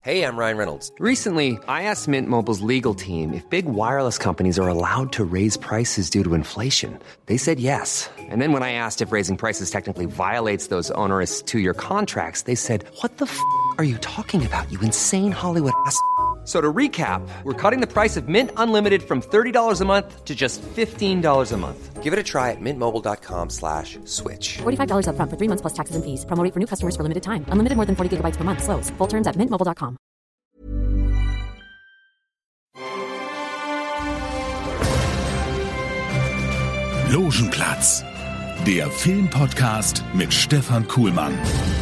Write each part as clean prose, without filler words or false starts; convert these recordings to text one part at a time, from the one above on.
Hey, I'm Ryan Reynolds. Recently, I asked Mint Mobile's legal team if big wireless companies are allowed to raise prices due to inflation. They said yes. And then when I asked if raising prices technically violates those onerous two-year contracts, they said, "What the f*** are you talking about, you insane Hollywood ass?" So to recap, we're cutting the price of Mint Unlimited from $30 a month to just $15 a month. Give it a try at mintmobile.com/switch. $45 up front for 3 months plus taxes and fees. Promo rate for new customers for limited time. Unlimited more than 40 gigabytes per month. Slows full terms at mintmobile.com. Logenplatz, der Filmpodcast mit Stefan Kuhlmann.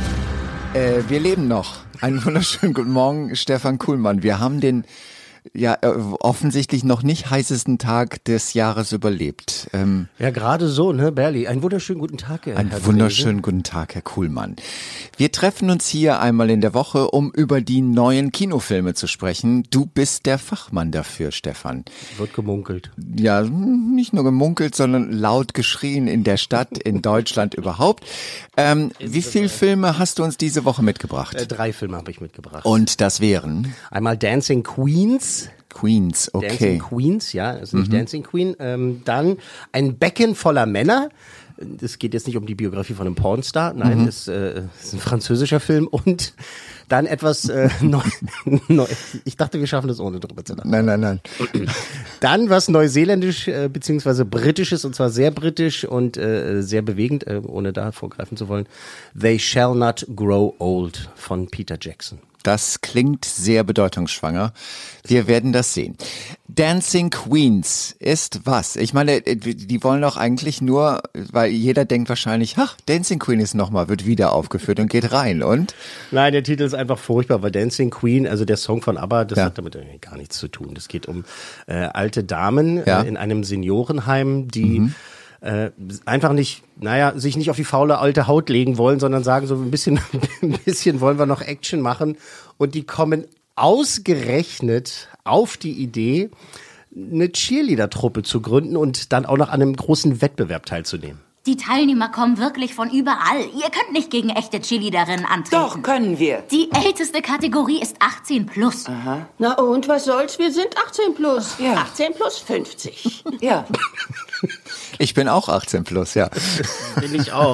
Wir leben noch. Einen wunderschönen guten Morgen, Stefan Kuhlmann. Wir haben den offensichtlich noch nicht heißesten Tag des Jahres überlebt. Ja, gerade so, ne, Berli? Einen wunderschönen guten Tag, Herr Einen wunderschönen guten Tag, Herr Kuhlmann. Wir treffen uns hier einmal in der Woche, um über die neuen Kinofilme zu sprechen. Du bist der Fachmann dafür, Stefan. Wird gemunkelt. Ja, nicht nur gemunkelt, sondern laut geschrien in der Stadt, in Deutschland überhaupt. Wie viele Filme hast du uns diese Woche mitgebracht? 3 Filme habe ich mitgebracht. Und das wären? Einmal Dancing Queens. Queens, okay. Dancing Queens, ja, ist nicht Dancing Queen. Dann ein Becken voller Männer. Das geht jetzt nicht um die Biografie von einem Pornstar, nein, das ist ein französischer Film. Und dann etwas neu. Ich dachte, wir schaffen das ohne drüber zu lachen. Nein. Dann was neuseeländisch beziehungsweise britisches, und zwar sehr britisch und sehr bewegend, ohne da vorgreifen zu wollen. They Shall Not Grow Old von Peter Jackson. Das klingt sehr bedeutungsschwanger. Wir werden das sehen. Dancing Queens ist was? Ich meine, die wollen doch eigentlich nur, weil jeder denkt wahrscheinlich, Dancing Queen ist nochmal, wird wieder aufgeführt und geht rein, und? Nein, der Titel ist einfach furchtbar, weil Dancing Queen, also der Song von ABBA, das hat damit gar nichts zu tun. Das geht um alte Damen in einem Seniorenheim, die einfach nicht, sich nicht auf die faule alte Haut legen wollen, sondern sagen so ein bisschen wollen wir noch Action machen, und die kommen ausgerechnet auf die Idee, eine Cheerleader-Truppe zu gründen und dann auch noch an einem großen Wettbewerb teilzunehmen. Die Teilnehmer kommen wirklich von überall. Ihr könnt nicht gegen echte Cheerleaderinnen antreten. Doch, können wir. Die älteste Kategorie ist 18 plus. Aha. Na und, was soll's? Wir sind 18 plus. Ja. 18 plus 50. Ja. Ich bin auch 18 plus, ja. Bin ich auch.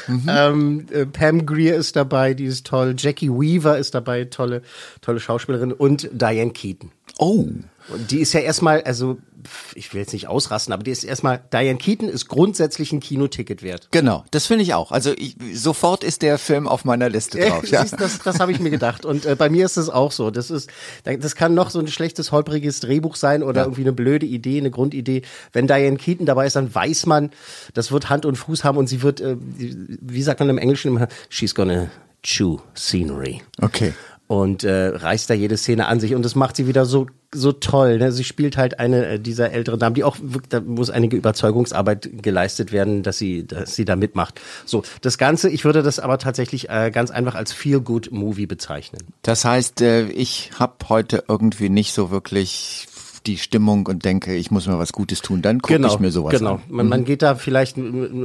Pam Grier ist dabei, die ist toll. Jackie Weaver ist dabei, tolle Schauspielerin. Und Diane Keaton. Oh. Und die ist ja erstmal, also ich will jetzt nicht ausrasten, aber Diane Keaton ist grundsätzlich ein Kinoticket wert. Genau, das finde ich auch. Also sofort ist der Film auf meiner Liste drauf. Ja. Das habe ich mir gedacht. Und bei mir ist es auch so. Das kann noch so ein schlechtes, holpriges Drehbuch sein oder irgendwie eine blöde Idee, eine Grundidee. Wenn Diane Keaton dabei ist, dann weiß man, das wird Hand und Fuß haben, und sie wird, wie sagt man im Englischen immer, she's gonna chew scenery. Okay. Und reißt da jede Szene an sich, und das macht sie wieder so toll. Ne? Sie spielt halt eine dieser älteren Damen, die auch, da muss einige Überzeugungsarbeit geleistet werden, dass sie da mitmacht. So, das Ganze, ich würde das aber tatsächlich ganz einfach als Feel-Good-Movie bezeichnen. Das heißt, ich habe heute irgendwie nicht so wirklich die Stimmung und denke, ich muss mir was Gutes tun, dann gucke ich mir sowas an. Man geht da vielleicht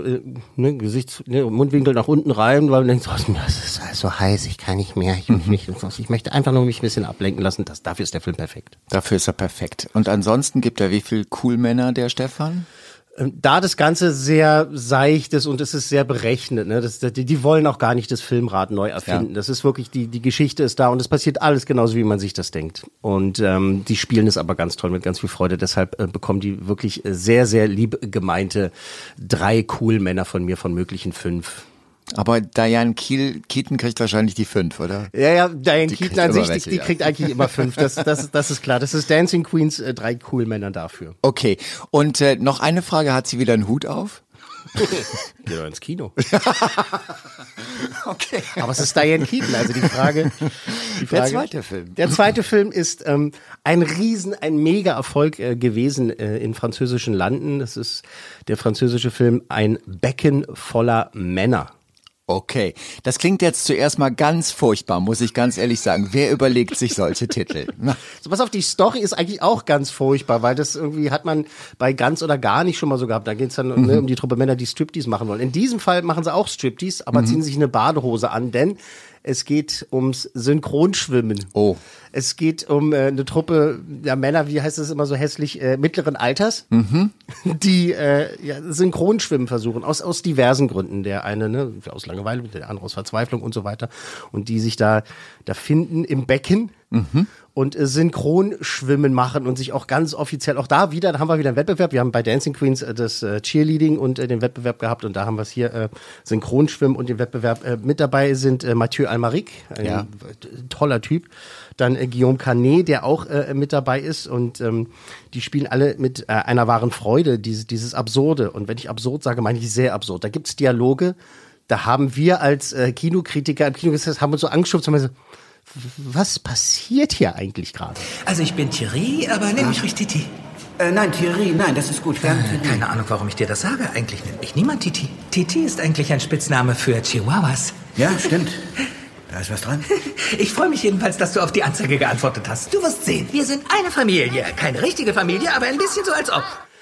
Mundwinkel nach unten rein, weil man denkt, es ist so heiß, ich kann nicht mehr, ich möchte einfach nur mich ein bisschen ablenken lassen. Dafür ist der Film perfekt. Dafür ist er perfekt. Und ansonsten gibt er wie viel Coolmänner, der Stefan? Da das Ganze sehr seicht ist und es ist sehr berechnet, ne? Die wollen auch gar nicht das Filmrad neu erfinden. Ja. Das ist wirklich, die Geschichte ist da, und es passiert alles genauso, wie man sich das denkt. Und die spielen es aber ganz toll, mit ganz viel Freude. Deshalb bekommen die wirklich sehr, sehr lieb gemeinte 3 Coolmänner von mir, von möglichen 5. Aber Diane Keaton kriegt wahrscheinlich die 5, oder? Ja, Diane Keaton an sich, die kriegt eigentlich immer 5. Das ist klar. Das ist Dancing Queens, 3 Coolmänner dafür. Okay. Und noch eine Frage, hat sie wieder einen Hut auf? Geh doch ins Kino. Okay. Aber es ist Diane Keaton, also die Frage. Der zweite Film. Der zweite Film ist ein Mega-Erfolg gewesen in französischen Landen. Das ist der französische Film Ein Becken voller Männer. Okay, das klingt jetzt zuerst mal ganz furchtbar, muss ich ganz ehrlich sagen. Wer überlegt sich solche Titel? So, pass auf, die Story ist eigentlich auch ganz furchtbar, weil das irgendwie hat man bei Ganz oder Gar nicht schon mal so gehabt. Da geht es dann um die Truppe Männer, die Striptease machen wollen. In diesem Fall machen sie auch Striptease, aber ziehen sich eine Badehose an, denn Es geht ums Synchronschwimmen. Oh. Es geht um eine Truppe Männer, wie heißt es immer so hässlich, mittleren Alters, die Synchronschwimmen versuchen, aus diversen Gründen. Der eine aus Langeweile, der andere aus Verzweiflung und so weiter. Und die sich da finden im Becken und Synchronschwimmen machen und sich auch ganz offiziell, auch da haben wir wieder einen Wettbewerb. Wir haben bei Dancing Queens das Cheerleading und den Wettbewerb gehabt und da haben wir es hier Synchronschwimmen und den Wettbewerb mit dabei sind Mathieu Almaric, ein toller Typ. Dann Guillaume Canet, der auch mit dabei ist und die spielen alle mit einer wahren Freude, dieses Absurde. Und wenn ich absurd sage, meine ich sehr absurd. Da gibt's Dialoge, da haben wir als Kinokritiker im Kino haben uns so angeschaut, haben wir so, was passiert hier eigentlich gerade? Also ich bin Thierry, aber nenn mich ruhig Titi. Nein, Thierry, nein, das ist gut. Keine Ahnung, warum ich dir das sage. Eigentlich nennt mich niemand Titi. Titi ist eigentlich ein Spitzname für Chihuahuas. Ja, stimmt. Da ist was dran. Ich freue mich jedenfalls, dass du auf die Anzeige geantwortet hast. Du wirst sehen, wir sind eine Familie. Keine richtige Familie, aber ein bisschen so als ob.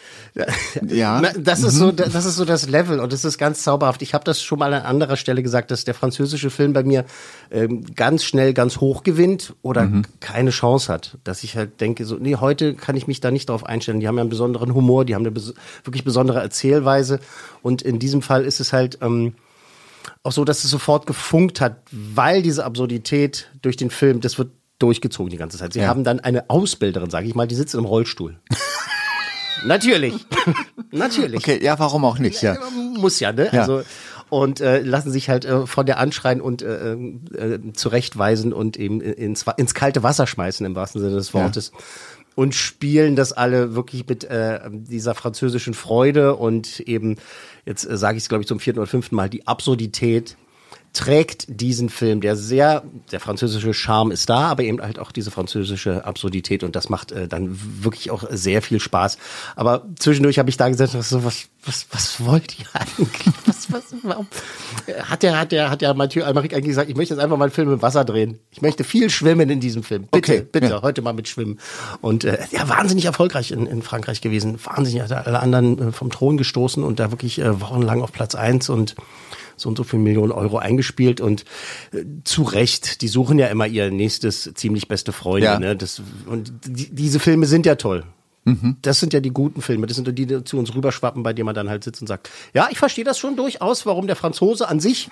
Ja, das ist so das Level und es ist ganz zauberhaft. Ich habe das schon mal an anderer Stelle gesagt, dass der französische Film bei mir ganz schnell ganz hoch gewinnt oder keine Chance hat. Dass ich halt denke, so heute kann ich mich da nicht drauf einstellen. Die haben ja einen besonderen Humor, die haben eine wirklich besondere Erzählweise und in diesem Fall ist es halt auch so, dass es sofort gefunkt hat, weil diese Absurdität durch den Film, das wird durchgezogen die ganze Zeit. Sie haben dann eine Ausbilderin, sage ich mal, die sitzt im Rollstuhl. Natürlich. Okay, ja, warum auch nicht? Ja. Muss ja, ne? Ja. Also, und lassen sich halt von der anschreien und zurechtweisen und eben ins kalte Wasser schmeißen, im wahrsten Sinne des Wortes. Ja. Und spielen das alle wirklich mit dieser französischen Freude und eben, jetzt sage ich es, glaube ich, zum 4. oder 5. Mal, die Absurdität trägt diesen Film, der französische Charme ist da, aber eben halt auch diese französische Absurdität und das macht dann wirklich auch sehr viel Spaß. Aber zwischendurch habe ich da gesagt, so, was wollt ihr eigentlich? Warum? Hat der Mathieu Almaric eigentlich gesagt, ich möchte jetzt einfach mal einen Film im Wasser drehen. Ich möchte viel schwimmen in diesem Film. Bitte, heute mal mit Schwimmen. Und wahnsinnig erfolgreich in Frankreich gewesen. Wahnsinnig, hat alle anderen vom Thron gestoßen und da wirklich wochenlang auf Platz 1 und so viel Millionen Euro eingespielt und zu Recht, die suchen ja immer ihr nächstes ziemlich beste Freunde. Ja. Ne? Diese Filme sind ja toll. Das sind ja die guten Filme, das sind die zu uns rüberschwappen, bei denen man dann halt sitzt und sagt, ja, ich verstehe das schon durchaus, warum der Franzose an sich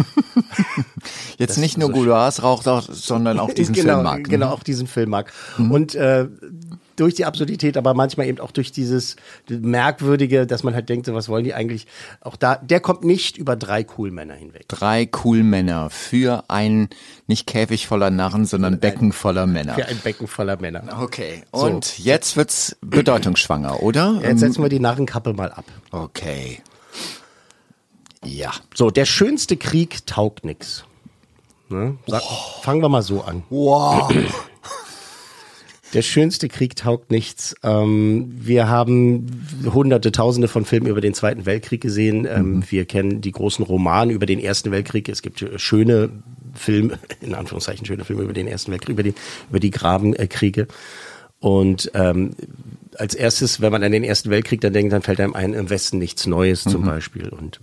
jetzt nicht nur Gouloirs raucht, sondern auch diesen Film mag. Genau, auch diesen Film mag. Und durch die Absurdität, aber manchmal eben auch durch dieses Merkwürdige, dass man halt denkt, so, was wollen die eigentlich? Auch da, der kommt nicht über 3 Cool-Männer hinweg. 3 Cool-Männer für ein nicht Käfig voller Narren, sondern Becken voller Männer. Für ein Becken voller Männer. Okay. Und so. Jetzt wird's bedeutungsschwanger, oder? Jetzt setzen wir die Narrenkappe mal ab. Okay. Ja. So, der schönste Krieg taugt nix. Ne? Fangen wir mal so an. Wow. Der schönste Krieg taugt nichts. Wir haben Hunderte, Tausende von Filmen über den Zweiten Weltkrieg gesehen. Wir kennen die großen Romane über den Ersten Weltkrieg. Es gibt schöne Filme, in Anführungszeichen schöne Filme über den Ersten Weltkrieg, über die Grabenkriege. Und als erstes, wenn man an den Ersten Weltkrieg dann denkt, dann fällt einem ein, im Westen nichts Neues zum Beispiel. Und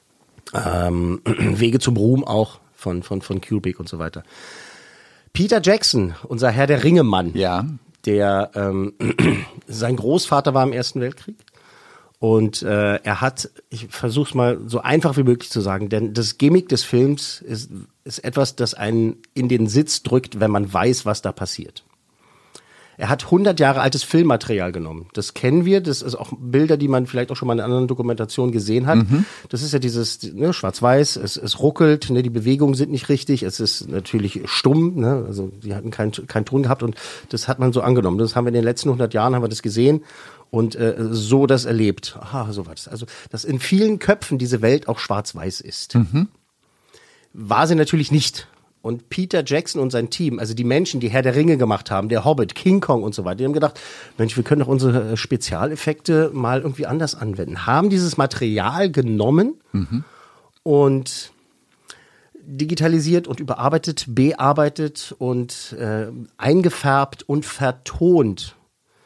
Wege zum Ruhm auch von Kubrick und so weiter. Peter Jackson, unser Herr der Ringe-Mann, der sein Großvater war im Ersten Weltkrieg und er hat, ich versuche es mal so einfach wie möglich zu sagen, denn das Gimmick des Films ist etwas, das einen in den Sitz drückt, wenn man weiß, was da passiert. Er hat 100 Jahre altes Filmmaterial genommen. Das kennen wir. Das ist auch Bilder, die man vielleicht auch schon mal in anderen Dokumentationen gesehen hat. Das ist ja dieses Schwarz-Weiß. Es ruckelt. Ne, die Bewegungen sind nicht richtig. Es ist natürlich stumm. Ne, also die hatten keinen Ton gehabt und das hat man so angenommen. Das haben wir in den letzten 100 Jahren haben wir das gesehen und so das erlebt. Aha, so war das. Also dass in vielen Köpfen diese Welt auch schwarz-weiß ist. War sie natürlich nicht. Und Peter Jackson und sein Team, also die Menschen, die Herr der Ringe gemacht haben, der Hobbit, King Kong und so weiter, die haben gedacht, Mensch, wir können doch unsere Spezialeffekte mal irgendwie anders anwenden. Haben dieses Material genommen und digitalisiert und überarbeitet, bearbeitet und eingefärbt und vertont.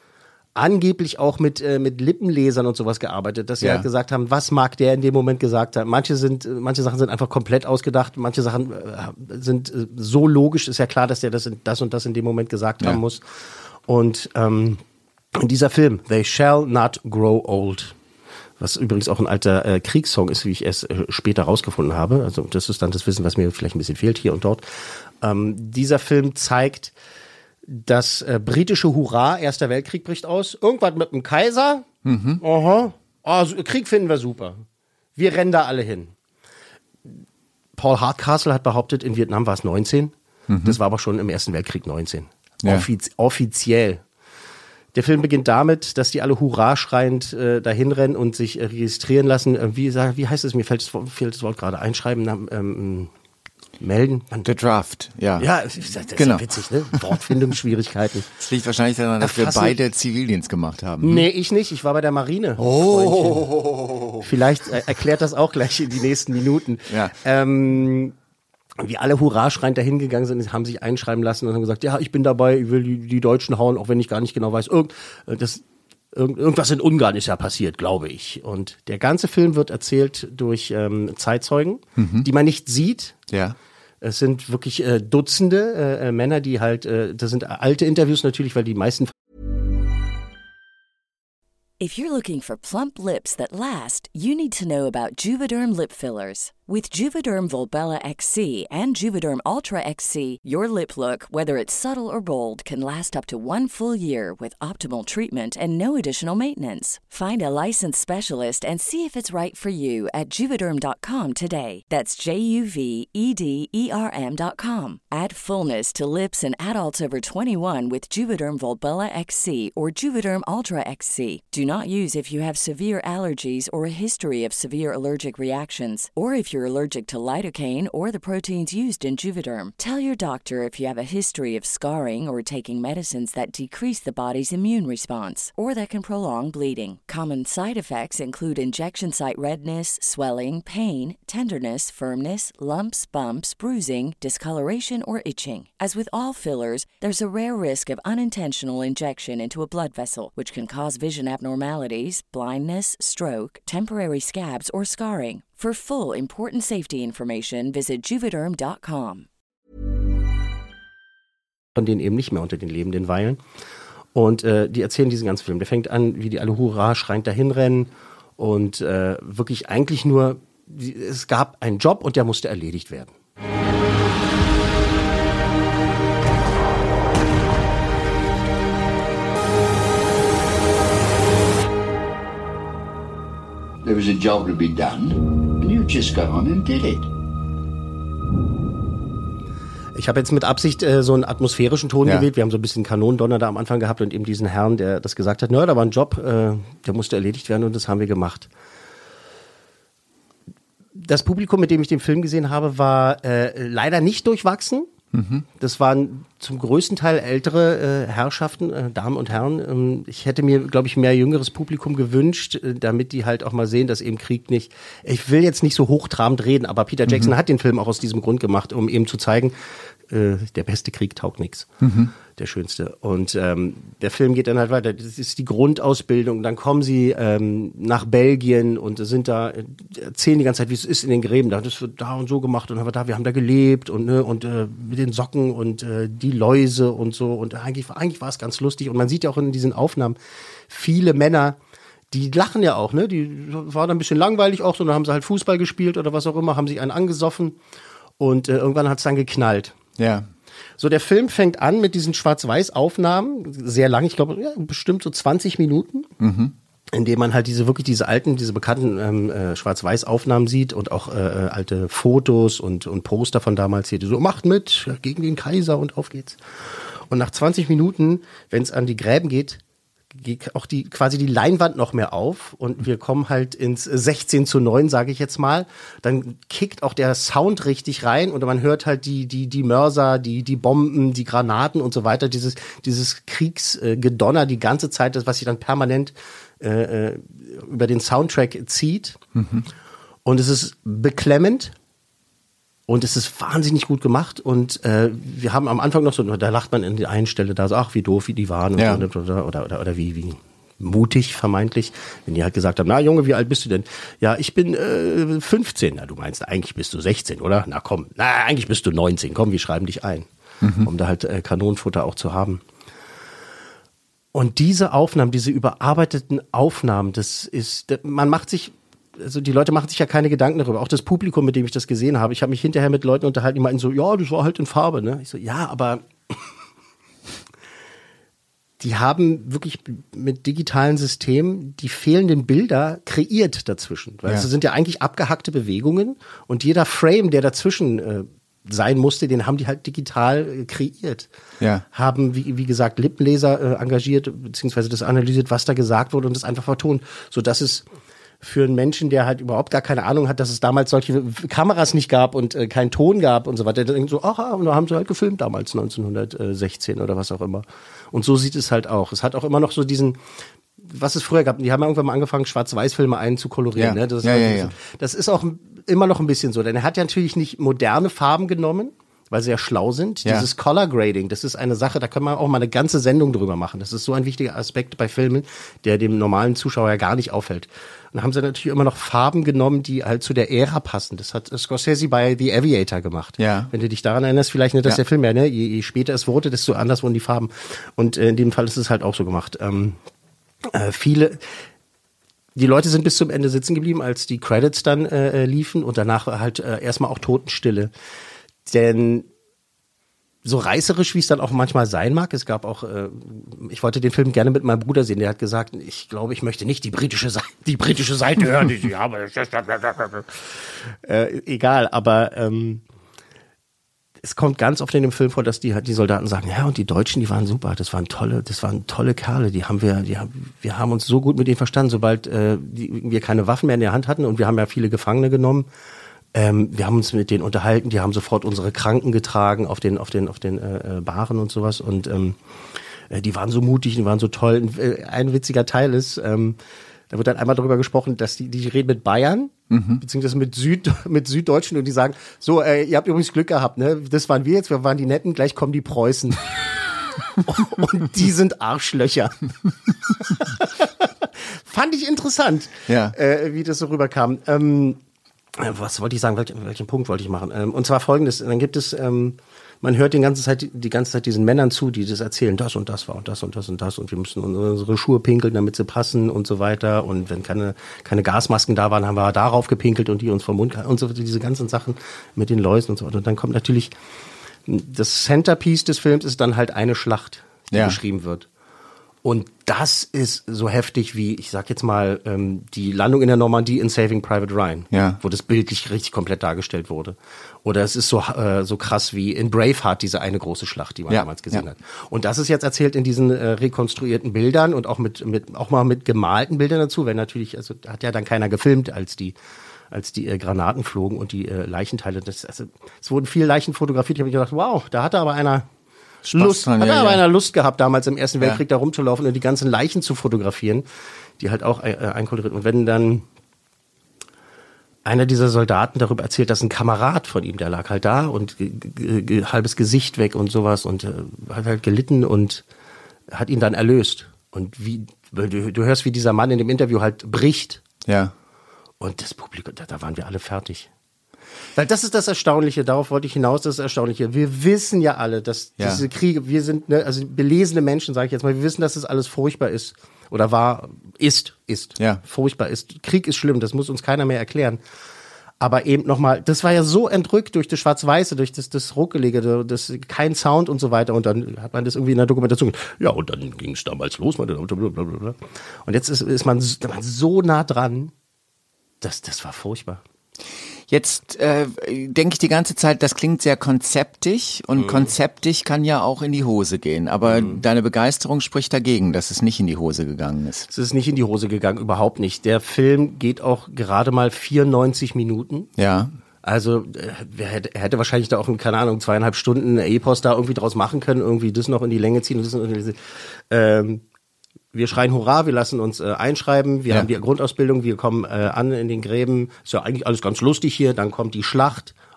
angeblich auch mit Lippenlesern und sowas gearbeitet, dass sie halt gesagt haben, was mag der in dem Moment gesagt haben. Manche Sachen sind einfach komplett ausgedacht, manche Sachen sind so logisch, ist ja klar, dass der das und das in dem Moment gesagt haben muss. Und dieser Film, They Shall Not Grow Old, was übrigens auch ein alter Kriegssong ist, wie ich es später rausgefunden habe, also das ist dann das Wissen, was mir vielleicht ein bisschen fehlt hier und dort. Dieser Film zeigt das britische Hurra, Erster Weltkrieg bricht aus. Irgendwas mit dem Kaiser. Aha. Oh, Krieg finden wir super. Wir rennen da alle hin. Paul Hardcastle hat behauptet, in Vietnam war es 19. Das war aber schon im Ersten Weltkrieg 19. Ja. Offiziell. Der Film beginnt damit, dass die alle Hurra schreiend dahin rennen und sich registrieren lassen. Wie heißt es? Mir fehlt das Wort gerade. Einschreiben, melden. The Draft, ja. Ja, das ist ja witzig, ne? Wortfindungsschwierigkeiten. Das liegt wahrscheinlich daran, dass wir beide Zivildienst gemacht haben. Nee, ich nicht. Ich war bei der Marine. Oh. Vielleicht erklärt das auch gleich in die nächsten Minuten. Ja. Wie alle Hurra schreiend dahin gegangen sind, haben sich einschreiben lassen und haben gesagt, ja, ich bin dabei, ich will die Deutschen hauen, auch wenn ich gar nicht genau weiß. Irgendwas in Ungarn ist ja passiert, glaube ich. Und der ganze Film wird erzählt durch Zeitzeugen, die man nicht sieht. Ja. Es sind wirklich Dutzende Männer, die halt, das sind alte Interviews natürlich, weil die meisten. If you're looking for plump lips that last, you need to know about Juvederm lip fillers. With Juvederm Volbella XC and Juvederm Ultra XC, your lip look, whether it's subtle or bold, can last up to 1 full year with optimal treatment and no additional maintenance. Find a licensed specialist and see if it's right for you at Juvederm.com today. That's JUVEDERM.com. Add fullness to lips in adults over 21 with Juvederm Volbella XC or Juvederm Ultra XC. Do not use if you have severe allergies or a history of severe allergic reactions, or if you're allergic to lidocaine or the proteins used in Juvederm. Tell your doctor if you have a history of scarring or taking medicines that decrease the body's immune response or that can prolong bleeding. Common side effects include injection site redness, swelling, pain, tenderness, firmness, lumps, bumps, bruising, discoloration, or itching. As with all fillers, there's a rare risk of unintentional injection into a blood vessel, which can cause vision abnormalities, blindness, stroke, temporary scabs, or scarring. For full important safety information, visit Juvederm.com. Von denen eben nicht mehr unter den Lebenden weilen. Und die erzählen diesen ganzen Film. Der fängt an, wie die alle Hurra schreiend dahin rennen und wirklich eigentlich nur, es gab einen Job und der musste erledigt werden. There was a job to be done, and you just got on and did it. Ich habe jetzt mit Absicht so einen atmosphärischen Ton gewählt. Wir haben so ein bisschen Kanonendonner da am Anfang gehabt und eben diesen Herrn, der das gesagt hat, da war ein Job, der musste erledigt werden und das haben wir gemacht. Das Publikum, mit dem ich den Film gesehen habe, war leider nicht durchwachsen. Das waren zum größten Teil ältere Herrschaften, Damen und Herren. Ich hätte mir, glaube ich, mehr jüngeres Publikum gewünscht, damit die halt auch mal sehen, dass eben Krieg nicht, ich will jetzt nicht so hochtrabend reden, aber Peter Jackson hat den Film auch aus diesem Grund gemacht, um eben zu zeigen, der beste Krieg taugt nichts. Der schönste. Und der Film geht dann halt weiter. Das ist die Grundausbildung. Dann kommen sie nach Belgien und sind da, erzählen die ganze Zeit, wie es ist in den Gräben. Das wird da und so gemacht und wir haben da gelebt und mit den Socken und die Läuse und so. Und eigentlich war es ganz lustig. Und man sieht ja auch in diesen Aufnahmen viele Männer, die lachen ja auch, ne? Die waren ein bisschen langweilig auch, so, dann haben sie halt Fußball gespielt oder was auch immer, haben sich einen angesoffen und irgendwann hat es dann geknallt. Ja. So, der Film fängt an mit diesen Schwarz-Weiß-Aufnahmen, sehr lang, ich glaube, bestimmt so 20 Minuten, in dem man halt diese bekannten Schwarz-Weiß-Aufnahmen sieht und auch alte Fotos und Poster von damals hier, die so, macht mit, gegen den Kaiser und auf geht's. Und nach 20 Minuten, wenn es an die Gräben geht auch quasi die Leinwand noch mehr auf und wir kommen halt ins 16:9, sage ich jetzt mal. Dann kickt auch der Sound richtig rein und man hört halt die Mörser, die Bomben, die Granaten und so weiter, dieses Kriegsgedonner die ganze Zeit, das was sich dann permanent über den Soundtrack zieht. Und es ist beklemmend Und es ist wahnsinnig gut gemacht und wir haben am Anfang noch so, da lacht man in der einen Stelle da so, ach wie doof, wie die waren und oder wie mutig vermeintlich, wenn die halt gesagt haben, na Junge, wie alt bist du denn? Ja, ich bin 15. Na, du meinst, eigentlich bist du 16, oder? Na komm, eigentlich bist du 19. Komm, wir schreiben dich ein, um da halt Kanonenfutter auch zu haben. Und diese Aufnahmen, diese überarbeiteten Aufnahmen, das ist, also die Leute machen sich ja keine Gedanken darüber. Auch das Publikum, mit dem ich das gesehen habe. Ich habe mich hinterher mit Leuten unterhalten, die meinten so, ja, das war halt in Farbe, ne? Ich so, ja, aber die haben wirklich mit digitalen Systemen die fehlenden Bilder kreiert dazwischen. Weil es sind ja eigentlich abgehackte Bewegungen und jeder Frame, der dazwischen sein musste, den haben die halt digital kreiert. Ja. Haben, wie gesagt, Lippenleser engagiert, beziehungsweise das analysiert, was da gesagt wurde und das einfach vertont, sodass es für einen Menschen, der halt überhaupt gar keine Ahnung hat, dass es damals solche Kameras nicht gab und keinen Ton gab und so weiter, der denkt so, und da haben sie halt gefilmt damals 1916 oder was auch immer. Und so sieht es halt auch. Es hat auch immer noch so diesen, was es früher gab, die haben irgendwann mal angefangen, Schwarz-Weiß-Filme einzukolorieren. Ja. Ne? Das ist auch immer noch ein bisschen so, denn er hat ja natürlich nicht moderne Farben genommen, weil sie ja schlau sind. Ja. Dieses Color Grading, das ist eine Sache, da kann man auch mal eine ganze Sendung drüber machen. Das ist so ein wichtiger Aspekt bei Filmen, der dem normalen Zuschauer ja gar nicht auffällt. Und dann haben sie natürlich immer noch Farben genommen, die halt zu der Ära passen. Das hat Scorsese bei The Aviator gemacht. Ja. Wenn du dich daran erinnerst, vielleicht nicht, dass der Film ja, ne? Je später es wurde, desto anders wurden die Farben. Und in dem Fall ist es halt auch so gemacht. Die Leute sind bis zum Ende sitzen geblieben, als die Credits dann liefen und danach halt erstmal auch Totenstille. Denn so reißerisch, wie es dann auch manchmal sein mag, es gab auch, ich wollte den Film gerne mit meinem Bruder sehen, der hat gesagt, ich glaube, ich möchte nicht die britische Seite hören. Egal, aber es kommt ganz oft in dem Film vor, dass die Soldaten sagen, ja, und die Deutschen, die waren super, das waren tolle Kerle, wir haben uns so gut mit denen verstanden, sobald wir keine Waffen mehr in der Hand hatten und wir haben ja viele Gefangene genommen. Wir haben uns mit denen unterhalten, die haben sofort unsere Kranken getragen auf den Bahren und sowas und die waren so mutig, die waren so toll. Ein witziger Teil ist, da wird dann einmal darüber gesprochen, dass die reden mit Bayern, beziehungsweise mit Süddeutschen und die sagen, so, ihr habt übrigens Glück gehabt, ne? Das waren wir jetzt, wir waren die Netten, gleich kommen die Preußen. Und die sind Arschlöcher. Fand ich interessant, wie das so rüberkam. Was wollte ich sagen? Welchen Punkt wollte ich machen? Und zwar Folgendes. Dann gibt es, man hört die ganze Zeit diesen Männern zu, die das erzählen, das und das war und das und das und das und wir müssen unsere Schuhe pinkeln, damit sie passen und so weiter. Und wenn keine Gasmasken da waren, haben wir darauf gepinkelt und die uns vom Mund und so weiter, diese ganzen Sachen mit den Läusen und so weiter. Und dann kommt natürlich das Centerpiece des Films ist dann halt eine Schlacht, die beschrieben wird. Und das ist so heftig wie, ich sag jetzt mal, die Landung in der Normandie in Saving Private Ryan, wo das bildlich richtig komplett dargestellt wurde. Oder es ist so krass wie in Braveheart, diese eine große Schlacht, die man damals gesehen hat. Und das ist jetzt erzählt in diesen rekonstruierten Bildern und auch auch mal mit gemalten Bildern dazu, wenn natürlich, also hat ja dann keiner gefilmt, als die Granaten flogen und die Leichenteile. Es wurden viele Leichen fotografiert. Ich habe gedacht, wow, da hatte aber einer einer Lust gehabt, damals im Ersten Weltkrieg da rumzulaufen und die ganzen Leichen zu fotografieren, die halt auch einkoloriert. Und wenn dann einer dieser Soldaten darüber erzählt, dass ein Kamerad von ihm, der lag halt da und halbes Gesicht weg und sowas und hat halt gelitten und hat ihn dann erlöst. Und du hörst, wie dieser Mann in dem Interview halt bricht. Ja. Und das Publikum, da waren wir alle fertig. Weil das ist das Erstaunliche, darauf wollte ich hinaus, das Erstaunliche. Wir wissen ja alle, dass diese Kriege, wir sind, also belesene Menschen, sage ich jetzt mal, wir wissen, dass das alles furchtbar ist. Oder furchtbar ist. Krieg ist schlimm, das muss uns keiner mehr erklären. Aber eben nochmal, das war ja so entrückt durch das Schwarz-Weiße, durch das Ruckelige, kein Sound und so weiter. Und dann hat man das irgendwie in der Dokumentation. Ja, und dann ging es damals los. Und jetzt ist man so nah dran, das war furchtbar. Jetzt denke ich die ganze Zeit, das klingt sehr konzeptig und konzeptig kann ja auch in die Hose gehen. Aber deine Begeisterung spricht dagegen, dass es nicht in die Hose gegangen ist. Es ist nicht in die Hose gegangen, überhaupt nicht. Der Film geht auch gerade mal 94 Minuten. Ja. Also er hätte wahrscheinlich da auch, keine Ahnung, 2,5 Stunden Epos da irgendwie draus machen können, irgendwie das noch in die Länge ziehen. Und das wir schreien Hurra, wir lassen uns einschreiben, wir haben die Grundausbildung, wir kommen an in den Gräben, ist ja eigentlich alles ganz lustig hier, dann kommt die Schlacht,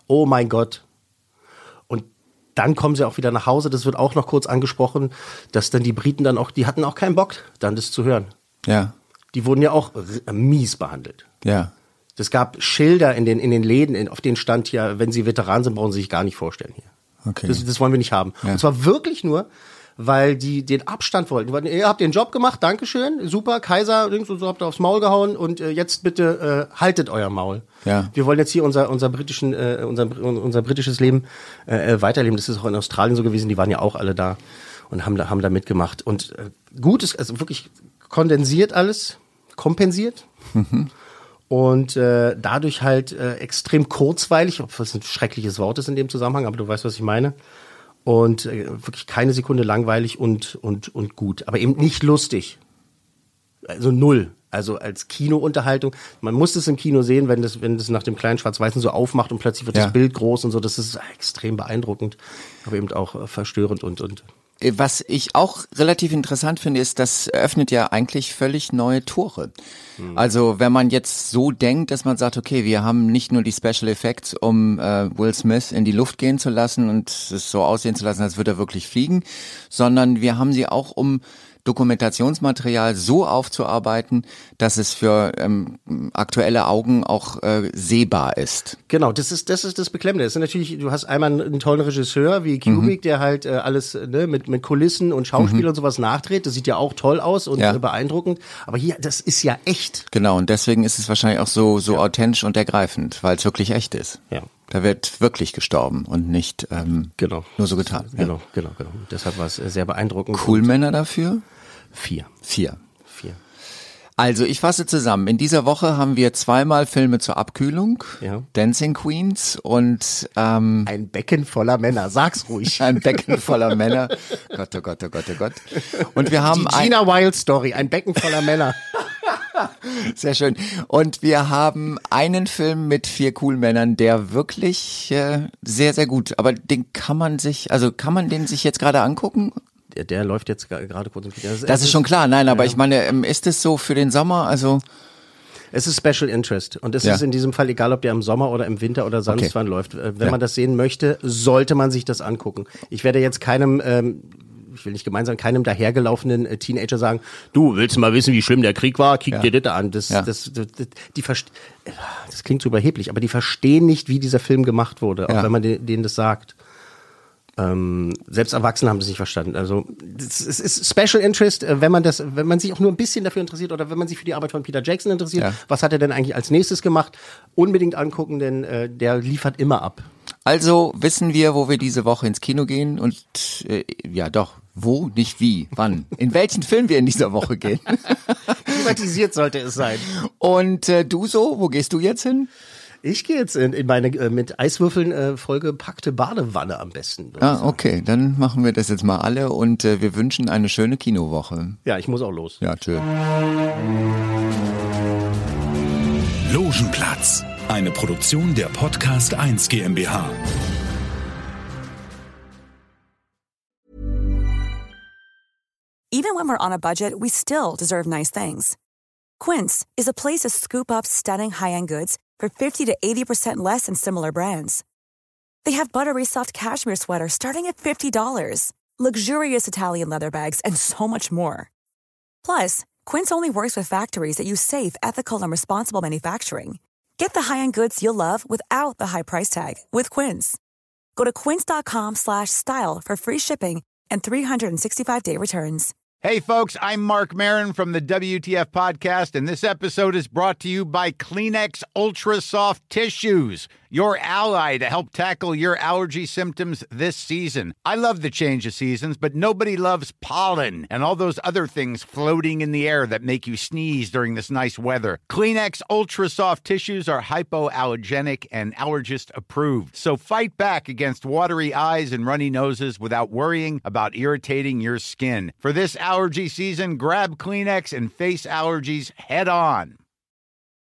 oh mein Gott. Und dann kommen sie auch wieder nach Hause, das wird auch noch kurz angesprochen, dass dann die Briten dann auch, die hatten auch keinen Bock, dann das zu hören. Ja. Die wurden ja auch mies behandelt. Ja. Es gab Schilder in den Läden, auf denen stand ja, wenn sie Veteran sind, brauchen sie sich gar nicht vorstellen hier. Okay. Das wollen wir nicht haben. Ja. Und zwar wirklich nur, weil die den Abstand wollten. Ihr habt den Job gemacht, Dankeschön, super, Kaiser, so habt ihr aufs Maul gehauen und jetzt bitte haltet euer Maul. Ja. Wir wollen jetzt hier unser britisches Leben weiterleben. Das ist auch in Australien so gewesen, die waren ja auch alle da und haben da mitgemacht. Und gut ist, also wirklich kondensiert alles, kompensiert. Mhm. Und dadurch halt extrem kurzweilig, ob das ein schreckliches Wort ist in dem Zusammenhang, aber du weißt, was ich meine. Und wirklich keine Sekunde langweilig und gut. Aber eben nicht lustig. Also null. Also als Kinounterhaltung. Man muss es im Kino sehen, wenn das nach dem kleinen Schwarz-Weißen so aufmacht und plötzlich wird das Bild groß und so. Das ist extrem beeindruckend, aber eben auch verstörend und Was ich auch relativ interessant finde, ist, das öffnet ja eigentlich völlig neue Tore. Also wenn man jetzt so denkt, dass man sagt, okay, wir haben nicht nur die Special Effects, um Will Smith in die Luft gehen zu lassen und es so aussehen zu lassen, als würde er wirklich fliegen, sondern wir haben sie auch, um Dokumentationsmaterial so aufzuarbeiten, dass es für aktuelle Augen auch sehbar ist. Genau, das ist das Beklemmende. Das ist natürlich, du hast einmal einen tollen Regisseur wie Kubrick, der halt alles mit Kulissen und Schauspiel und sowas nachdreht. Das sieht ja auch toll aus und beeindruckend. Aber hier, das ist ja echt. Genau, und deswegen ist es wahrscheinlich auch so authentisch und ergreifend, weil es wirklich echt ist. Ja. Da wird wirklich gestorben und nicht nur so getan. Genau. Deshalb war es sehr beeindruckend. Coolmänner dafür? 4. Also ich fasse zusammen. In dieser Woche haben wir 2-mal Filme zur Abkühlung. Ja. Dancing Queens und ein Becken voller Männer. Sag's ruhig. Ein Becken voller Männer. Gott, oh Gott, oh Gott, oh Gott. Und wir haben die Gina Wild Story. Ein Becken voller Männer. Sehr schön. Und wir haben einen Film mit 4 Coolmännern, der wirklich sehr, sehr gut. Aber kann man den sich jetzt gerade angucken? Der läuft jetzt gerade kurz im Kino. Das ist schon klar, nein, aber ich meine, ist es so für den Sommer, also? Es ist Special Interest und es ist in diesem Fall egal, ob der im Sommer oder im Winter oder sonst wann läuft. Wenn man das sehen möchte, sollte man sich das angucken. Ich werde jetzt keinem, ich will nicht gemein sein, keinem dahergelaufenen Teenager sagen, du, willst du mal wissen, wie schlimm der Krieg war? Kick dir das an. Das klingt so überheblich, aber die verstehen nicht, wie dieser Film gemacht wurde, auch wenn man denen das sagt. Selbst Erwachsene haben das nicht verstanden. Also es ist Special Interest, wenn man sich auch nur ein bisschen dafür interessiert oder wenn man sich für die Arbeit von Peter Jackson interessiert. Ja. Was hat er denn eigentlich als nächstes gemacht? Unbedingt angucken, denn der liefert immer ab. Also wissen wir, wo wir diese Woche ins Kino gehen und wo, nicht wie, wann, in welchen Film wir in dieser Woche gehen. Privatisiert sollte es sein. Und du so, wo gehst du jetzt hin? Ich gehe jetzt in meine mit Eiswürfeln vollgepackte Badewanne am besten. Okay, dann machen wir das jetzt mal alle und wir wünschen eine schöne Kinowoche. Ja, ich muss auch los. Ja, tschö. Logenplatz, eine Produktion der Podcast 1 GmbH. Even when we're on a budget, we still deserve nice things. Quince is a place to scoop up stunning high-end goods for 50 to 80% less than similar brands. They have buttery soft cashmere sweaters starting at $50, luxurious Italian leather bags, and so much more. Plus, Quince only works with factories that use safe, ethical, and responsible manufacturing. Get the high-end goods you'll love without the high price tag with Quince. Go to quince.com/style for free shipping and 365-day returns. Hey, folks, I'm Mark Maron from the WTF Podcast, and this episode is brought to you by Kleenex Ultra Soft Tissues, your ally to help tackle your allergy symptoms this season. I love the change of seasons, but nobody loves pollen and all those other things floating in the air that make you sneeze during this nice weather. Kleenex Ultra Soft Tissues are hypoallergenic and allergist approved, so fight back against watery eyes and runny noses without worrying about irritating your skin. For this allergy season, grab Kleenex and face allergies head on.